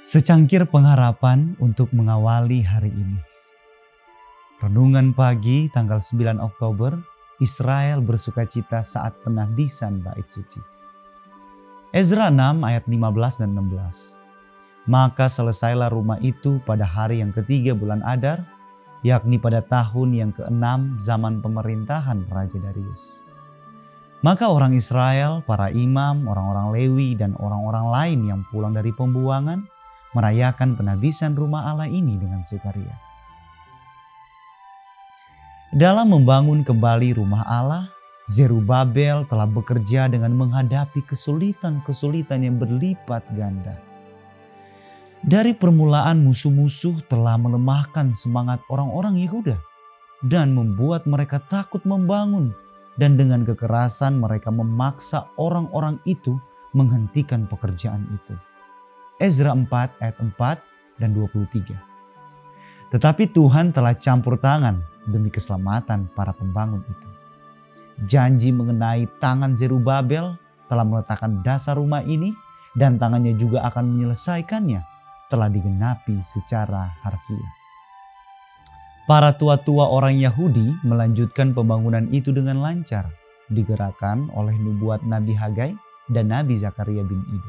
Secangkir pengharapan untuk mengawali hari ini. Renungan pagi tanggal 9 Oktober, Israel bersukacita saat penahbisan bait suci. Ezra 6 ayat 15 dan 16. Maka selesailah rumah itu pada hari yang ketiga bulan Adar, yakni pada tahun yang ke-6 zaman pemerintahan Raja Darius. Maka orang Israel, para imam, orang-orang Lewi, dan orang-orang lain yang pulang dari pembuangan merayakan penahbisan rumah Allah ini dengan sukaria. Dalam membangun kembali rumah Allah, Zerubabel telah bekerja dengan menghadapi kesulitan-kesulitan yang berlipat ganda. Dari permulaan musuh-musuh telah melemahkan semangat orang-orang Yehuda dan membuat mereka takut membangun, dan dengan kekerasan mereka memaksa orang-orang itu menghentikan pekerjaan itu. Ezra 4 ayat 4 dan 23. Tetapi Tuhan telah campur tangan demi keselamatan para pembangun itu. Janji mengenai tangan Zerubabel telah meletakkan dasar rumah ini dan tangannya juga akan menyelesaikannya telah digenapi secara harfiah. Para tua-tua orang Yahudi melanjutkan pembangunan itu dengan lancar, digerakkan oleh nubuat Nabi Hagai dan Nabi Zakaria bin Ido.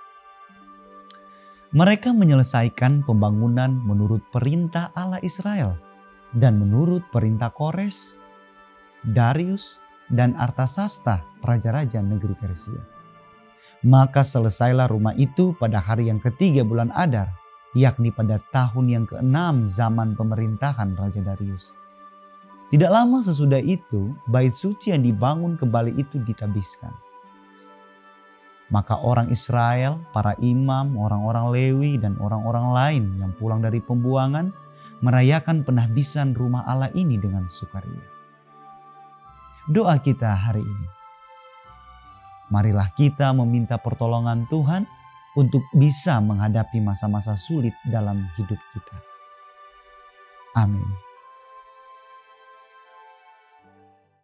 Mereka menyelesaikan pembangunan menurut perintah Allah Israel dan menurut perintah Kores, Darius, dan Artasasta, raja-raja negeri Persia. Maka selesailah rumah itu pada hari yang ketiga bulan Adar, yakni pada tahun yang ke-6 zaman pemerintahan Raja Darius. Tidak lama sesudah itu, bait suci yang dibangun kembali itu ditabiskan. Maka orang Israel, para imam, orang-orang Lewi, dan orang-orang lain yang pulang dari pembuangan merayakan penahbisan rumah Allah ini dengan sukaria. Doa kita hari ini. Marilah kita meminta pertolongan Tuhan untuk bisa menghadapi masa-masa sulit dalam hidup kita. Amin.